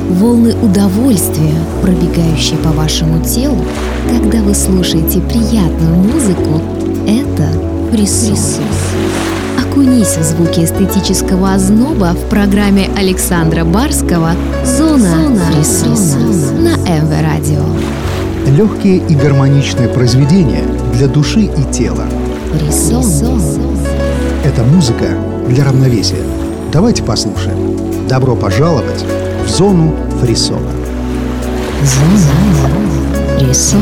волны удовольствия, пробегающие по вашему телу, когда вы слушаете приятную музыку, это фрисон. Окунись в звуки эстетического озноба в программе Александра Барского «Зона фрисона» на МВ Радио. Легкие и гармоничные произведения для души и тела. Фрисон. Это музыка для равновесия. Давайте послушаем. Добро пожаловать в зону фрисона. Зона фрисона.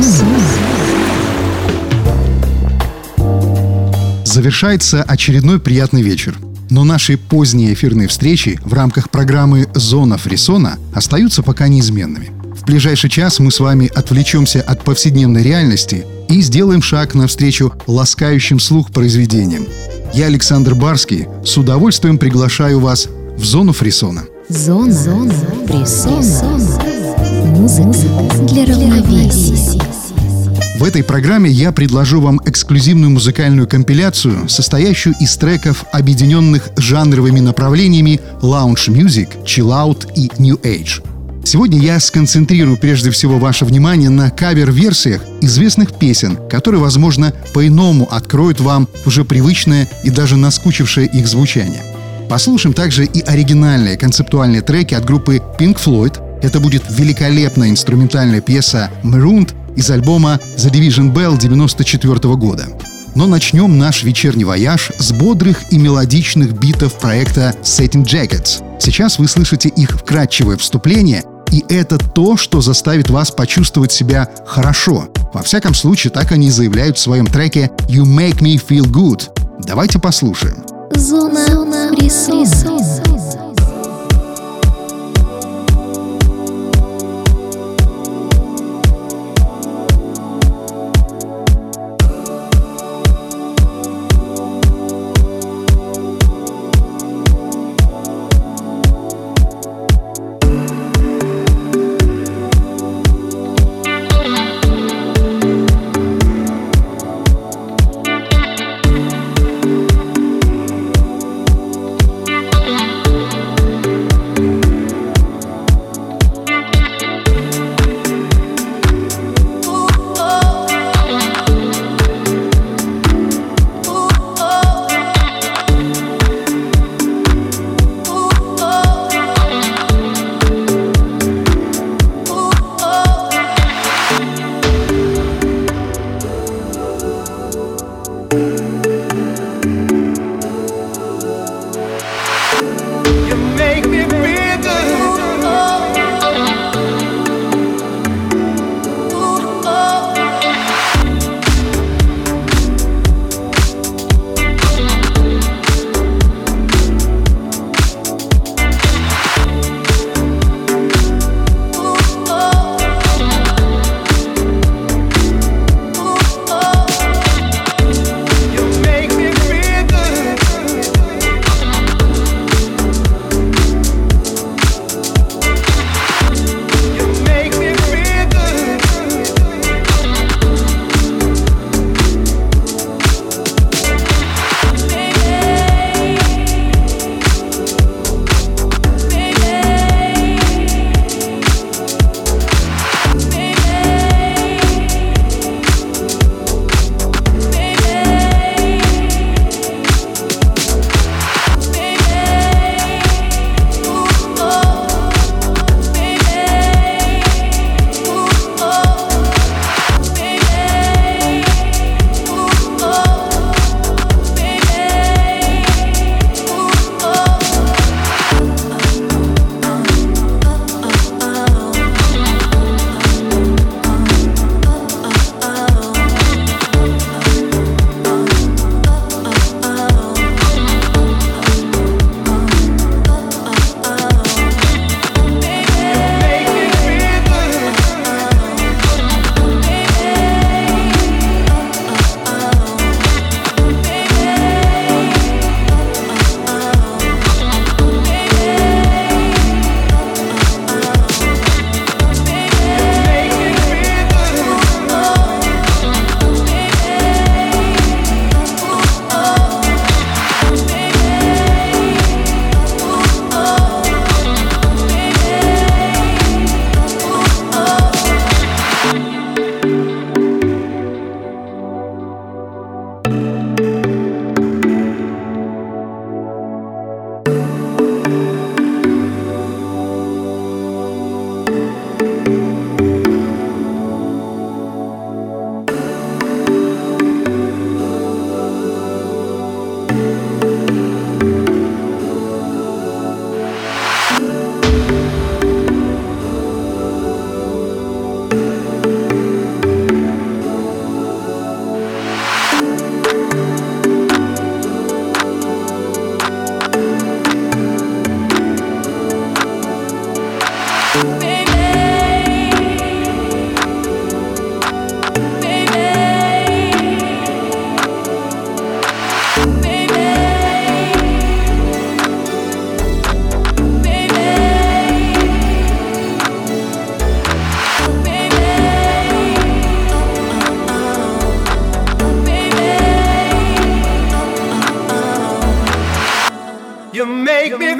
Завершается очередной приятный вечер. Но наши поздние эфирные встречи в рамках программы «Зона фрисона» остаются пока неизменными. В ближайший час мы с вами отвлечемся от повседневной реальности и сделаем шаг навстречу ласкающим слух произведениям. Я, Александр Барский, с удовольствием приглашаю вас в зону фрисона. Зона фрисона. Музыка для равновесия. В этой программе я предложу вам эксклюзивную музыкальную компиляцию, состоящую из треков, объединенных жанровыми направлениями Lounge Music, Chill Out и New Age. Сегодня я сконцентрирую прежде всего ваше внимание на кавер-версиях известных песен, которые, возможно, по-иному откроют вам уже привычное и даже наскучившее их звучание. Послушаем также и оригинальные концептуальные треки от группы Pink Floyd. Это будет великолепная инструментальная пьеса «Marooned» из альбома The Division Bell 1994 года. Но начнем наш вечерний вояж с бодрых и мелодичных битов проекта Satin Jackets. Сейчас вы слышите их вкрадчивое вступление, и это то, что заставит вас почувствовать себя хорошо. Во всяком случае, так они заявляют в своем треке «You Make Me Feel Good». Давайте послушаем. Зона фрисона.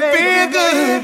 feel good.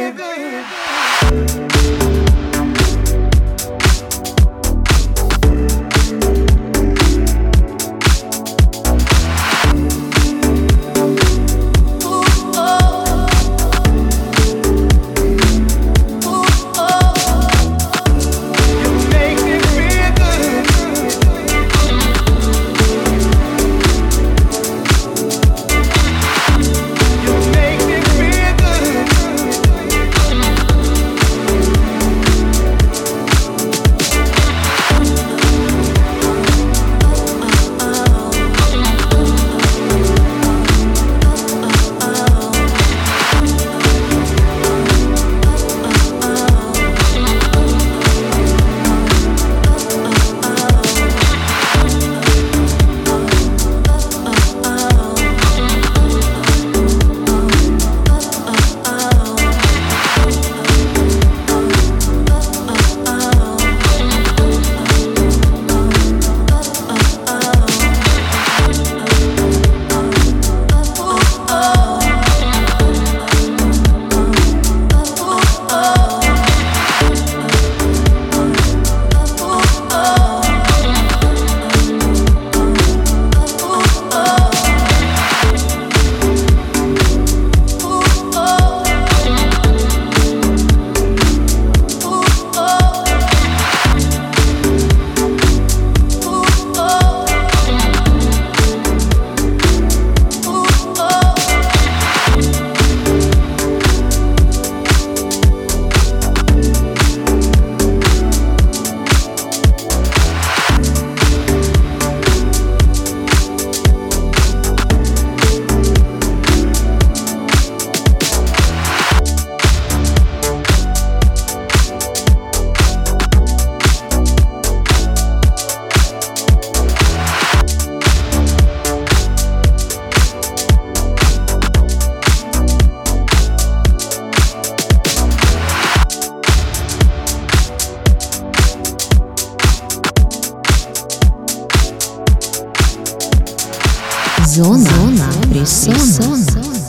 Зона фрисона.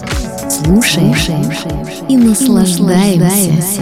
Слушаем и наслаждаемся.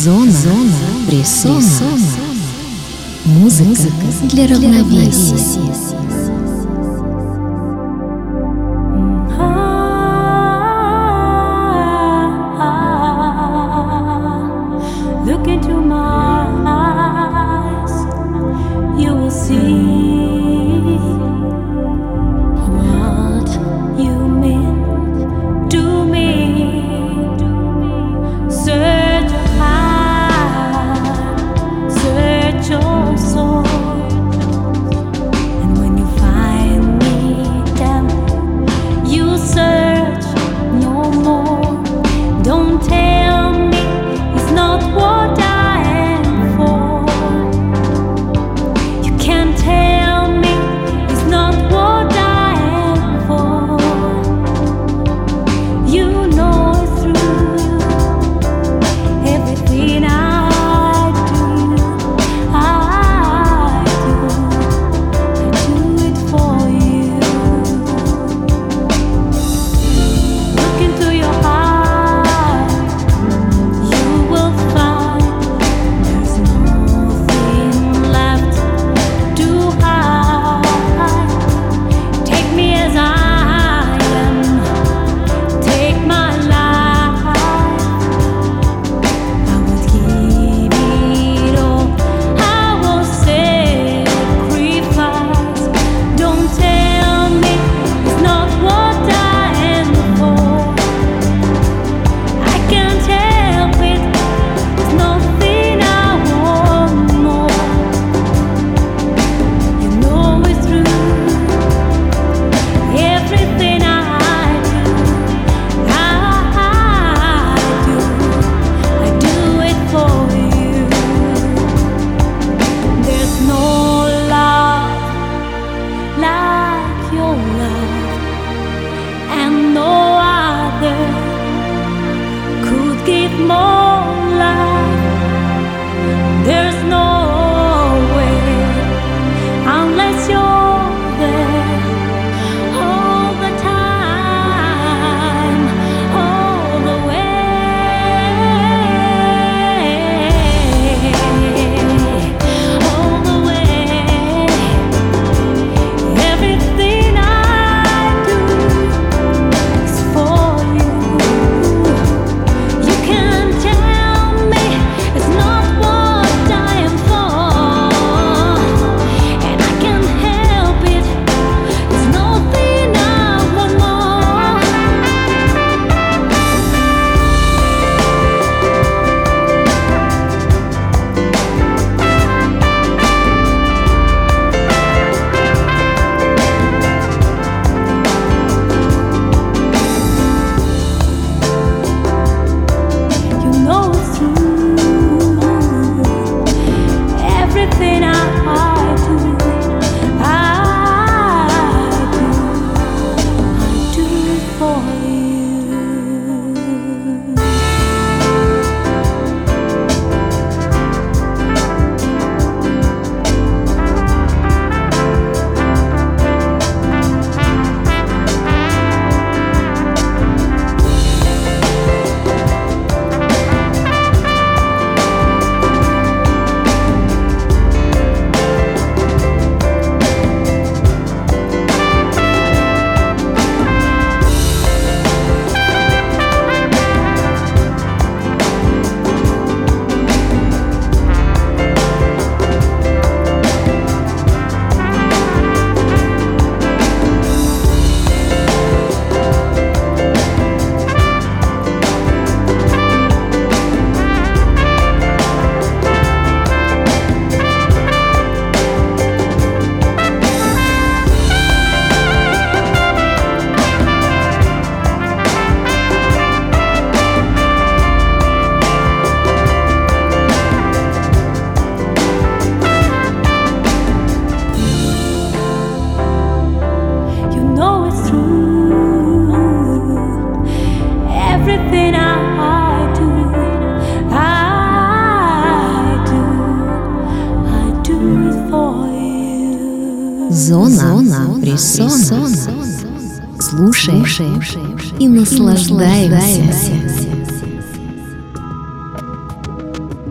Зона фрисона. Музыка для равновесия. Look into my eyes, you will see what you meant to me. Search your heart, search your soul, and when you find me, then you search no more. Don't tell me it's not what I am for. You can't tell me it's not what I am for. You know it's true. Everything I do it for you. Look into your heart, you will find there's nothing left to hide. Take me as I am, take my life. I would give it all, I will sacrifice. Don't tell me it's not what I am for. I can't help it, there's nothing I want more. You know it's true. Everything I do it for you. There's no love like your love, and no other could give more love. There's no way unless you're there all the time, all the way. Everything I do is for you. You can't tell me it's not what I am for, and I can't help it. It's nothing I want more. You know it's true. Everything I do it for you. You know it's true. Everything I do it for you. Зона фрисона. Слушай и наслаждайся.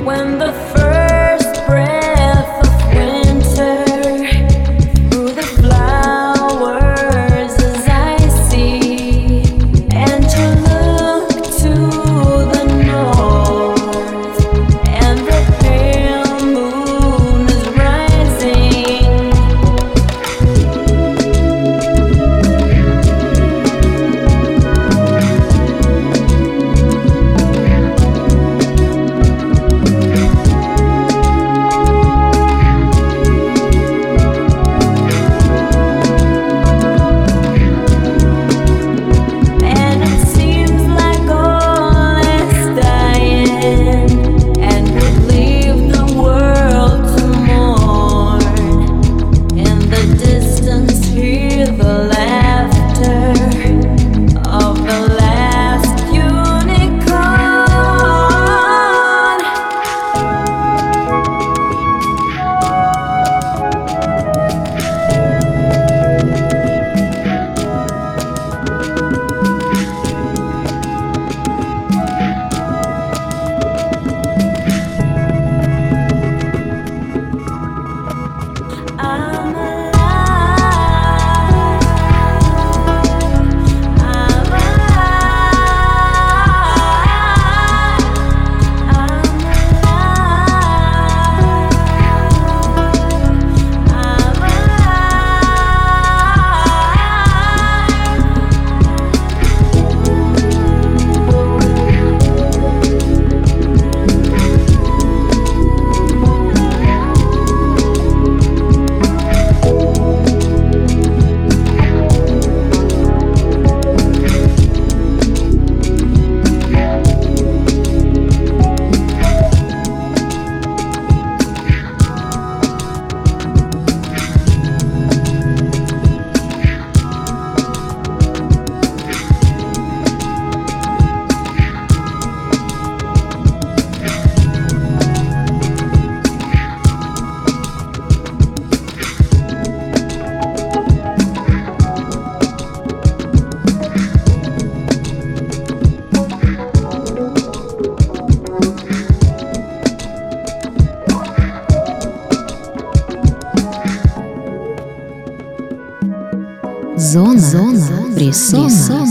Зона фрисона.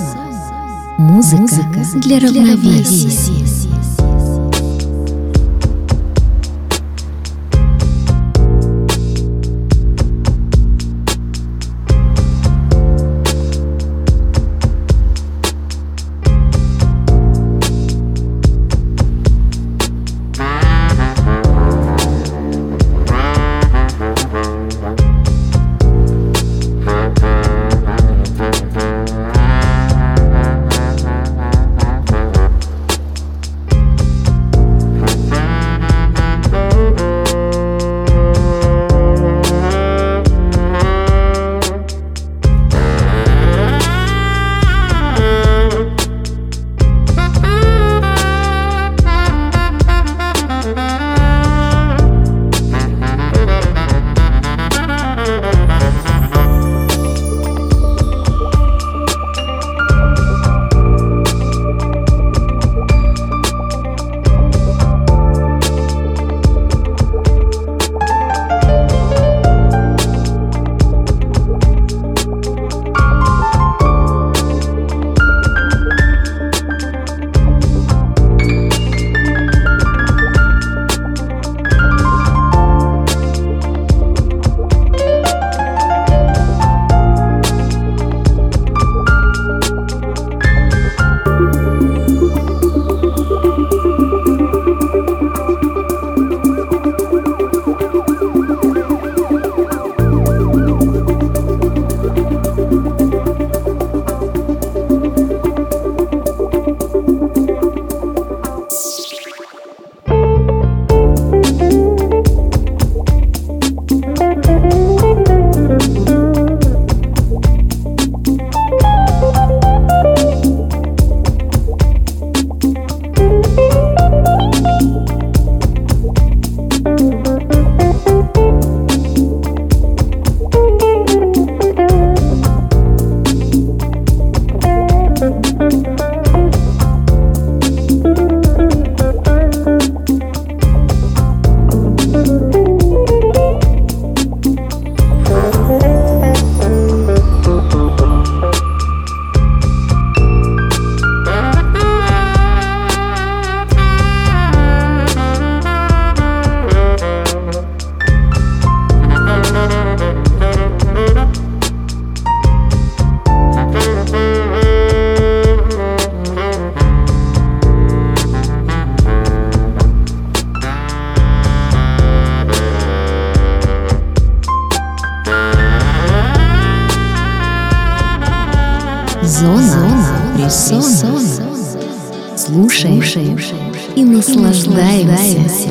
Музыка для равновесия. Зона фрисона. Слушаем и наслаждаемся.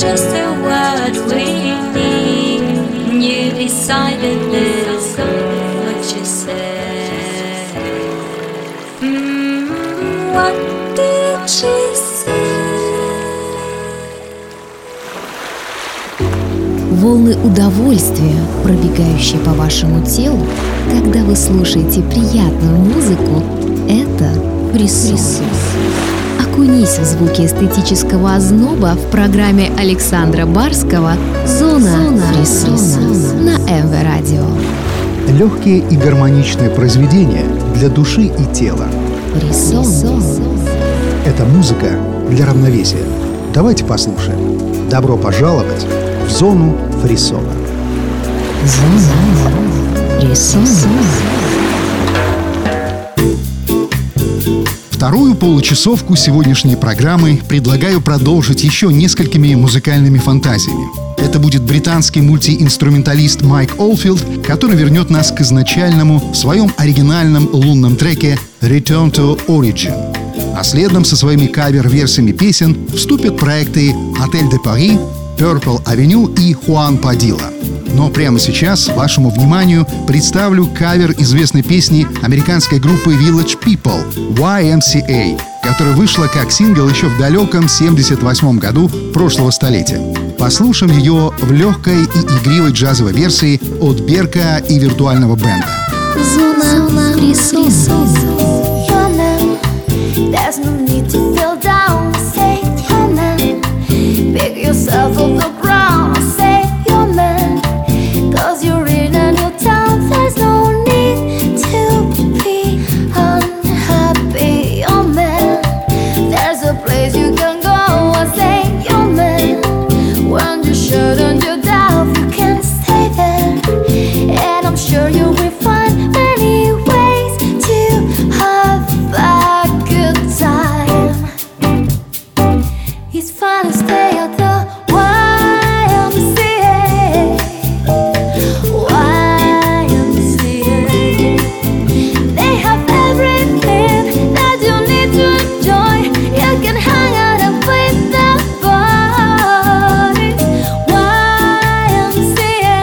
just the word we need. You decided this, what you said. What did she say? Волны удовольствия, пробегающие по вашему телу, когда вы слушаете приятную музыку, это фрисон. Окунись в звуки эстетического озноба в программе Александра Барского «Зона фрисона» на МВ Радио. Легкие и гармоничные произведения для души и тела. Фрисон. Это музыка для равновесия. Давайте послушаем. Добро пожаловать в зону фрисона. Зона фрисона. Вторую получасовку сегодняшней программы предлагаю продолжить еще несколькими музыкальными фантазиями. Это будет британский мультиинструменталист Майк Олдфилд, который вернет нас к изначальному в своем оригинальном лунном треке «Return to Origin». А следом со своими кавер-версиями песен вступят проекты «Отель де Пари», «Purple Avenue» и «Хуан Падилла». Но прямо сейчас вашему вниманию представлю кавер известной песни американской группы Village People YMCA, которая вышла как сингл еще в далеком 1978 году прошлого столетия. Послушаем ее в легкой и игривой джазовой версии от Берка и виртуального бенда. Зона фрисона. There's no need to feel down. Say you're man. Pick yourself off the ground. Say you're man. Cause you're in a new town. There's no need to be unhappy. You're man. There's a place you can go and say you're man. When you shouldn't you doubt, you can stay there. And I'm sure you will find many ways to have a good time. It's fun to stay at the YMCA. YMCA. They have everything that you need to enjoy. You can hang out and play the boys. YMCA.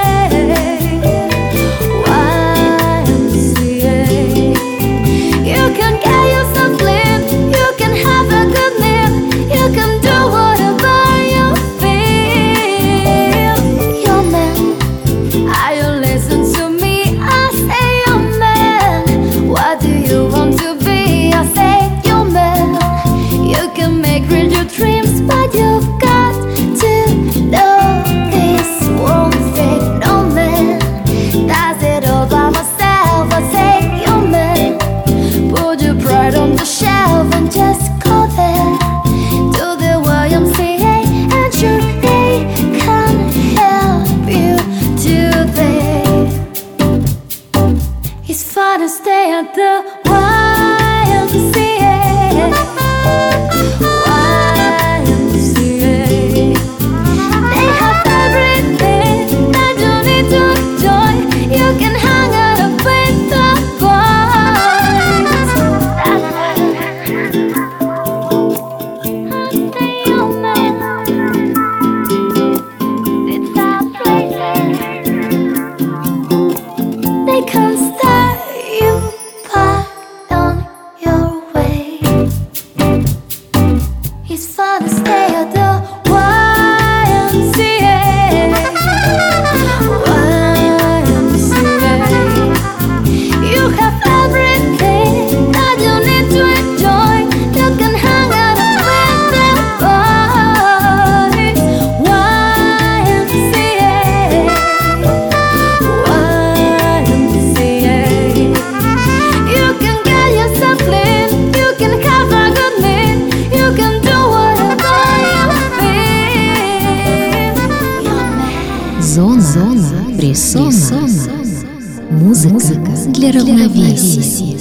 YMCA. You can get yourself clean. You can have a good meal. You can do whatever you feel. You're man. Are you listen to me? I say you're man. What do you want to be? I say you're man. You can make real your dreams, but you've got to know this one thing. No man does it all by myself. I say you're man. Put your pride on the shelf and just go there to the YMCA, and sure they can help you today. It's fun to stay at the YMCA. YMCA. They have everything that you need to enjoy. You can hang out and play the boys. That's stay your man. It's our places. They can start you back on your way. It's fun to stay at the YMCA. YMCA. You have everything that you need to enjoy. You can hang out and play the boys. YMCA. YMCA. You can get yourself clean. You can have a good meal. You can do whatever you feel. Зона фрисона. Музыка для равновесия.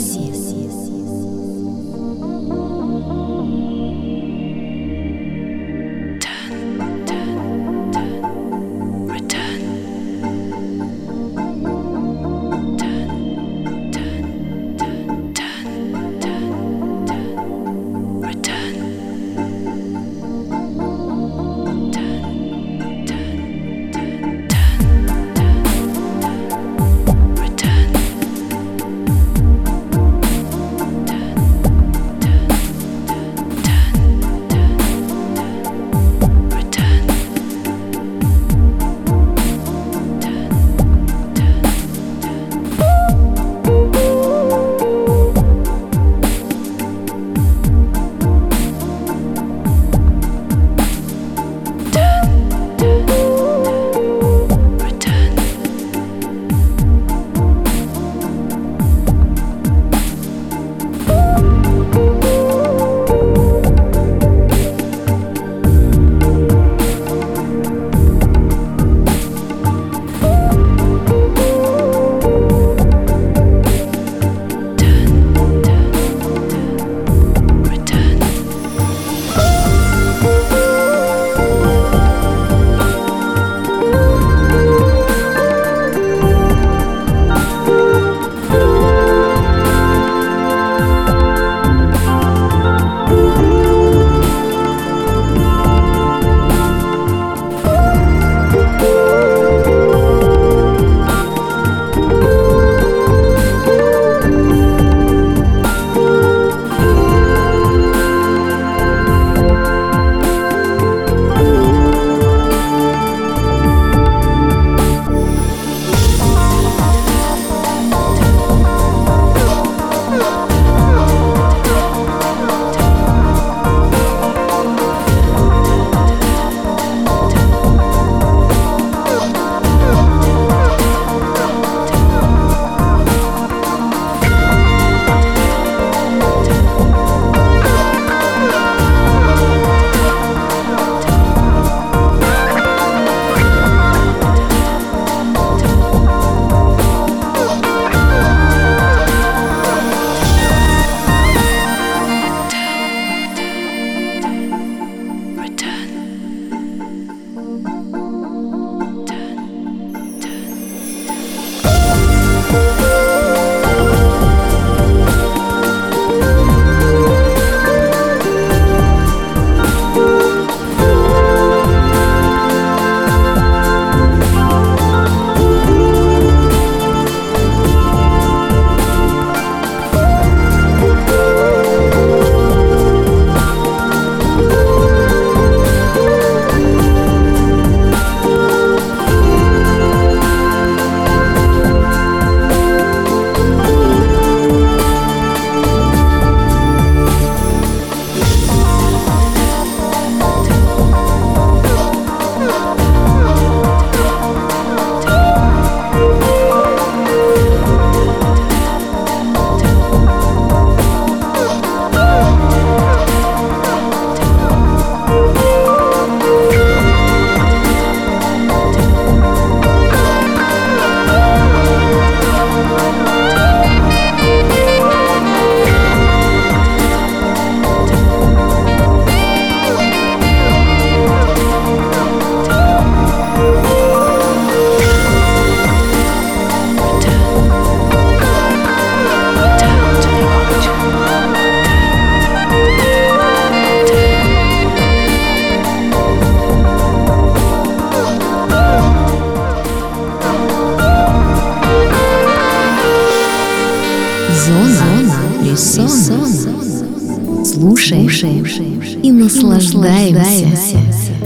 слушаем и наслаждаемся.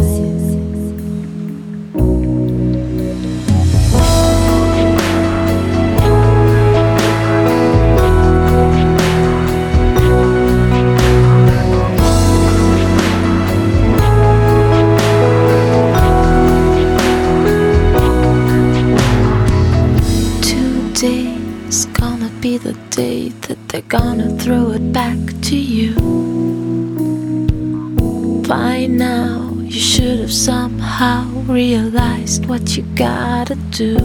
Today's gonna be the day that they're gonna throw it back to you. By now, you should have somehow realized what you gotta do.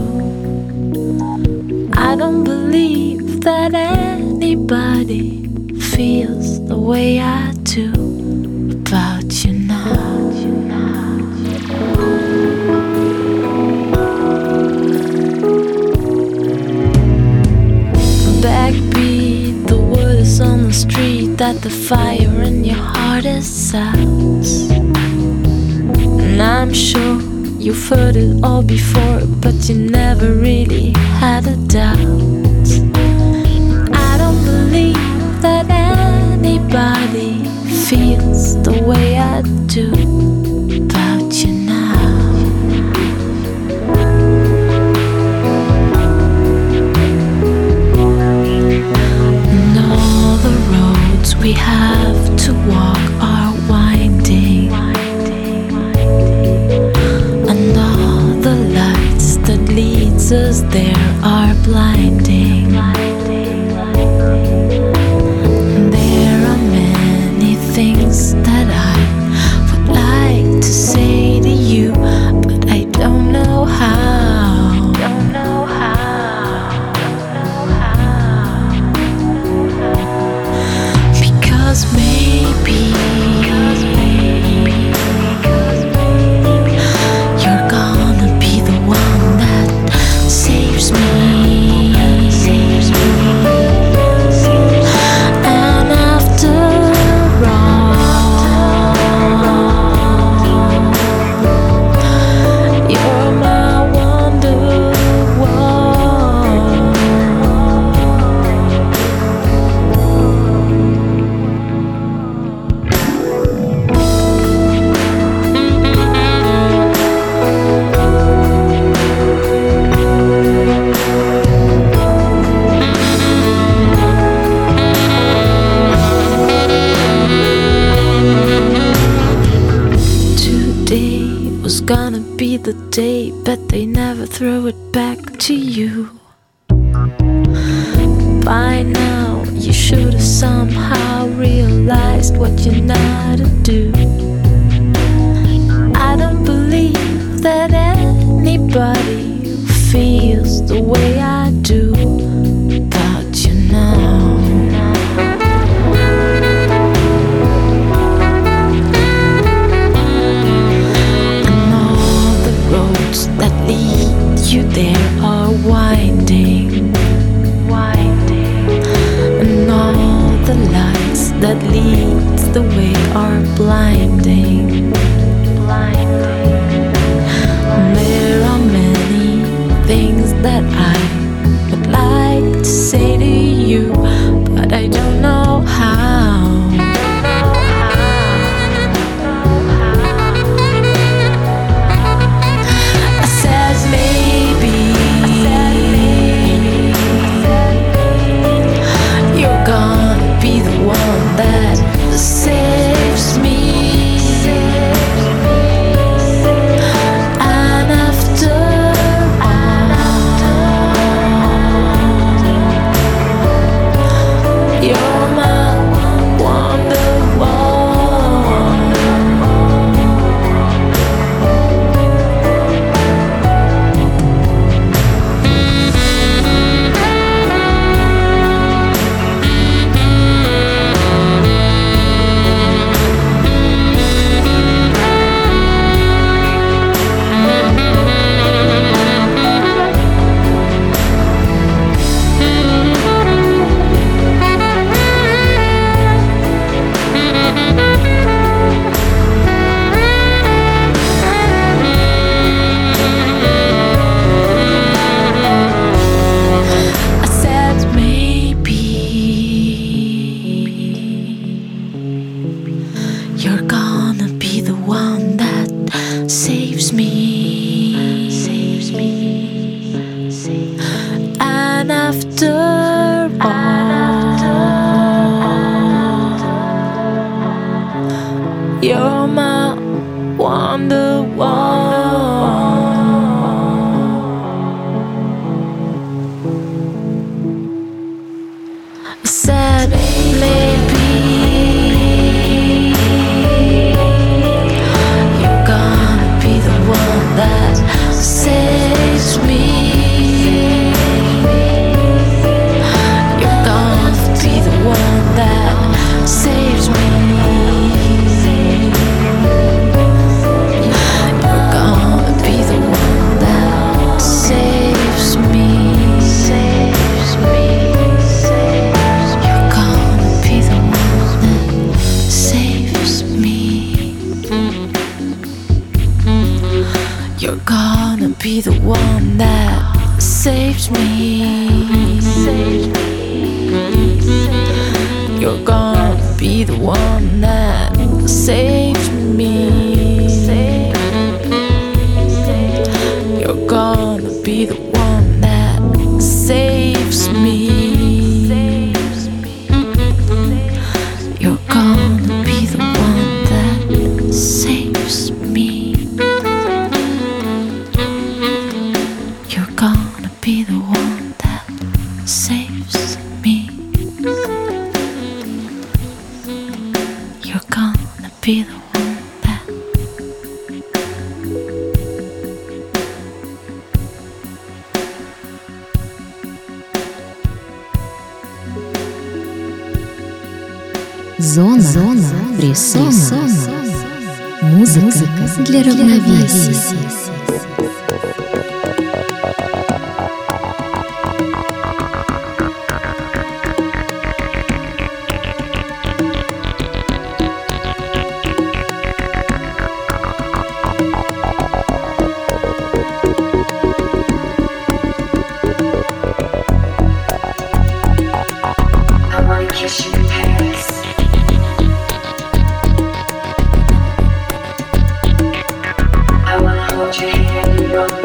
I don't believe that anybody feels the way I do about you now. Backbeat, the word is on the street that the fire in your heart is out. And I'm sure you've heard it all before, but you never really had a doubt. I don't believe that anybody feels the way I do about you now. And all the roads we have to walk are winding, and all the lights that leads us there are blinding. There are many things that I would like to say to you, but I don't know how. Don't know how. Because maybe you're gonna be the one that saves me. And after all, you're my wonderwall. Today was gonna be the day, but they never throw it back to you. By now, you should have somehow realized what you're not to do. I don't believe that anybody feels the way I do about you now. And all the roads that lead you there are winding, and all the lights that lead the way are blinding. saves me. And after all, you're my wonderwall. Said maybe you're gonna be the one that saves me. You're gonna be the one that saves me. You're gonna be the one that saves me. Saves me. You're gonna be the one that saves me. You're gonna be the one that saves me. You're gonna be the one that saves me. You're gonna be the one that saves me. You're gonna be the one that saves me. You're gonna be the one that saves me. You're gonna be the one that Зона фрисона. Музыка для равновесия. I wanna kiss you in Paris. I wanna hold your hand and run.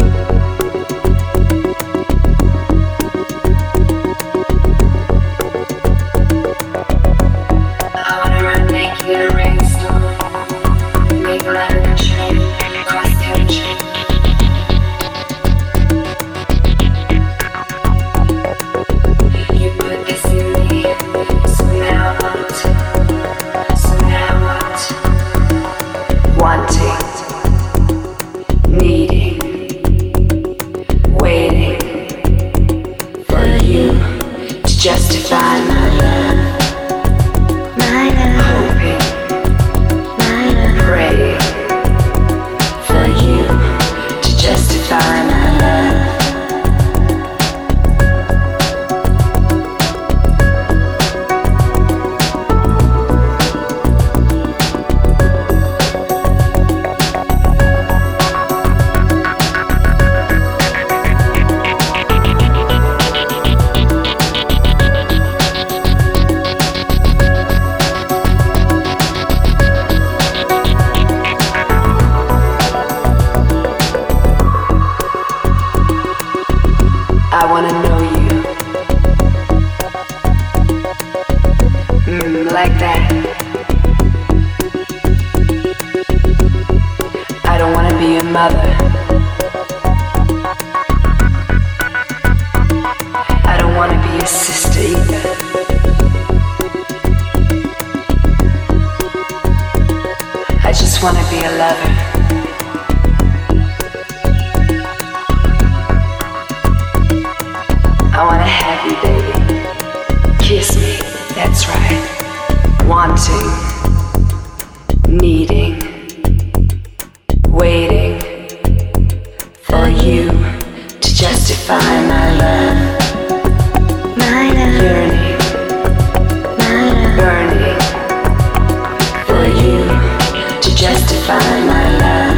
I wanna run naked in a rainstorm. Make a line of control, cross country. You put this in me, so now what? So now what? Wanting, needing, waiting for you to justify my love. Hoping, praying for you to justify my love. I wanna know you. Like that. I don't wanna be a mother. I don't wanna be a sister either. I just wanna be a lover. I wanna have you, baby. Kiss me, that's right. Wanting, needing, waiting for you to justify my love. Yearning, burning for you to justify my love.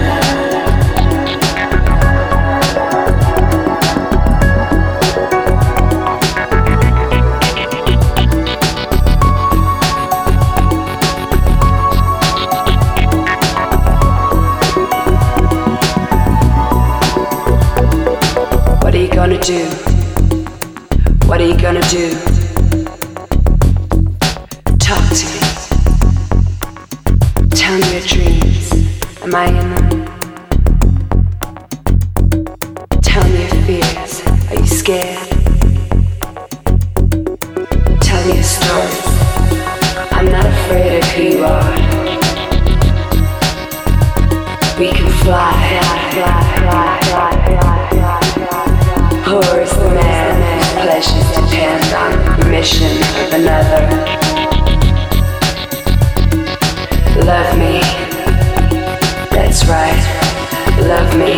gonna do? What are you gonna do? Talk to me. Tell me your dreams. Am I in them? Tell me your fears. Are you scared? Tell me a story. I'm not afraid of who you are. We can fly, fly, fly, fly, fly, fly. Poor is the man whose pleasures depend on the mission of another. Love me. That's right. Love me.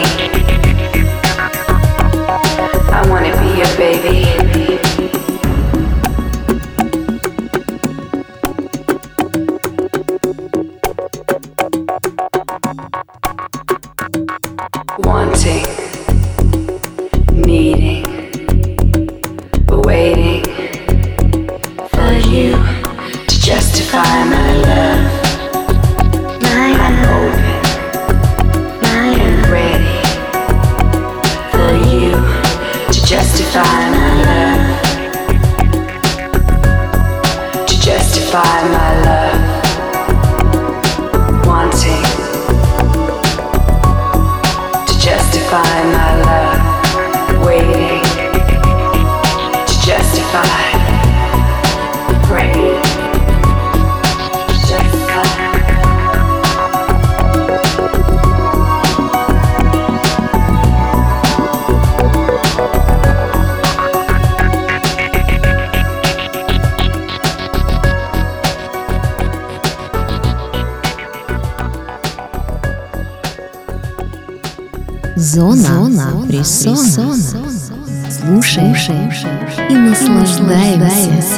I wanna be your baby. Wanting, needing, waiting for you to justify my love. I'm open and ready for you to justify my love. To justify my love. Wanting to justify my love. Waiting to justify. Ready to justify. Зона фрисона. Слушаем и наслаждаемся.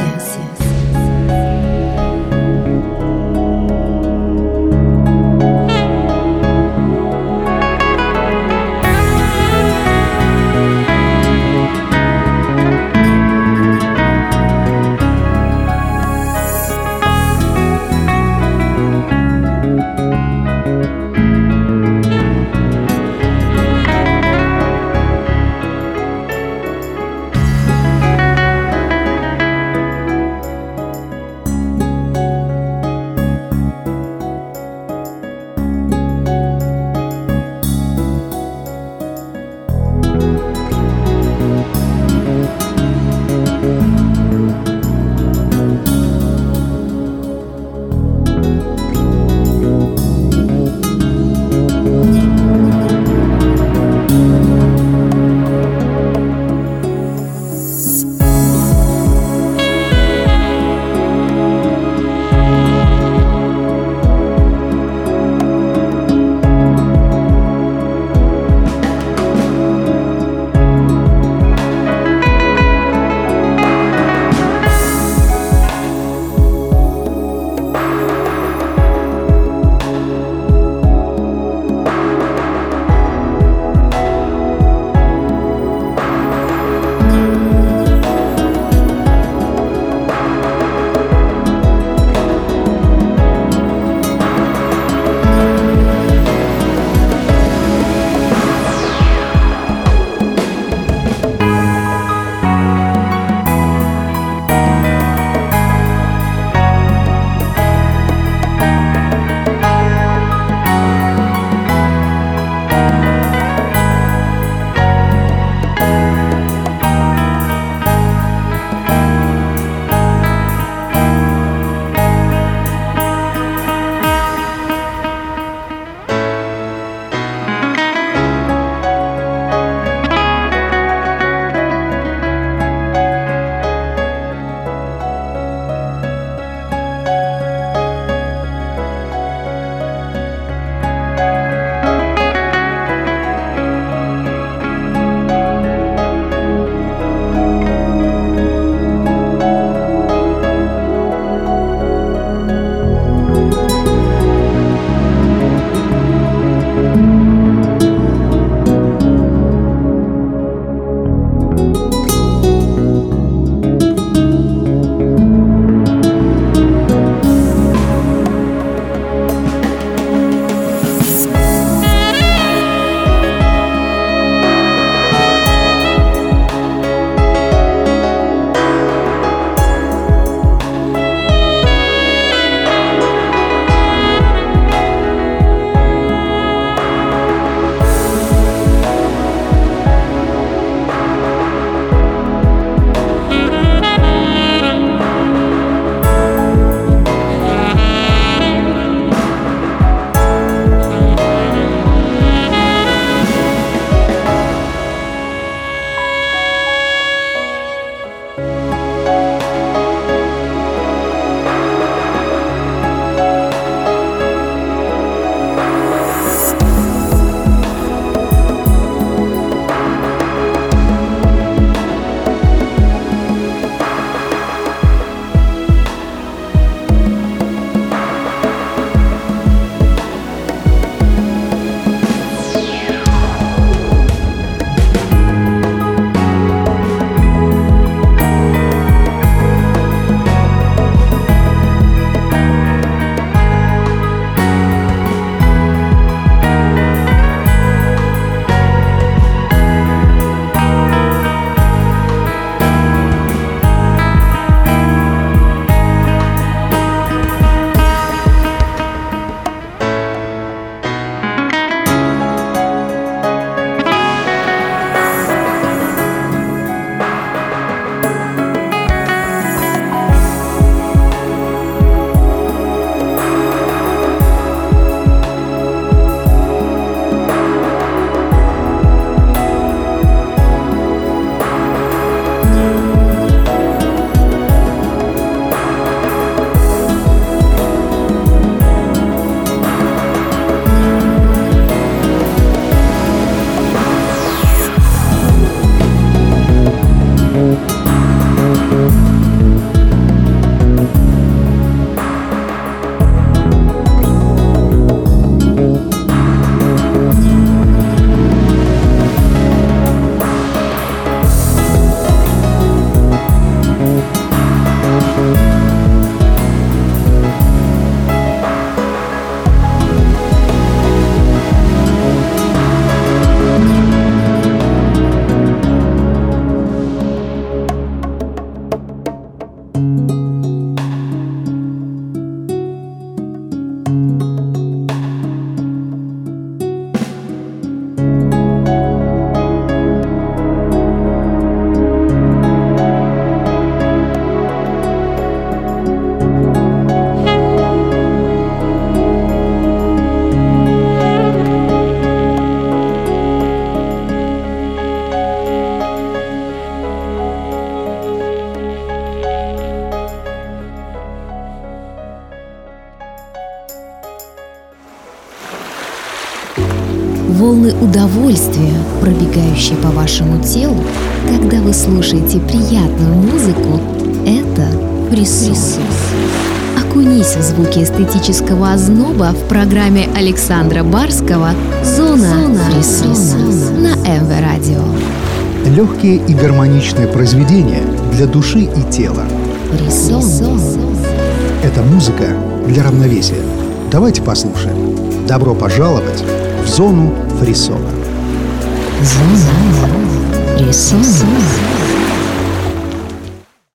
удовольствие, пробегающее по вашему телу, когда вы слушаете приятную музыку, это фрисон. Окунись в звуки эстетического озноба в программе Александра Барского «Зона фрисона» на МВ Радио. Легкие и гармоничные произведения для души и тела. Фрисон. Это музыка для равновесия. Давайте послушаем. Добро пожаловать в зону фрисона. Зона фрисона.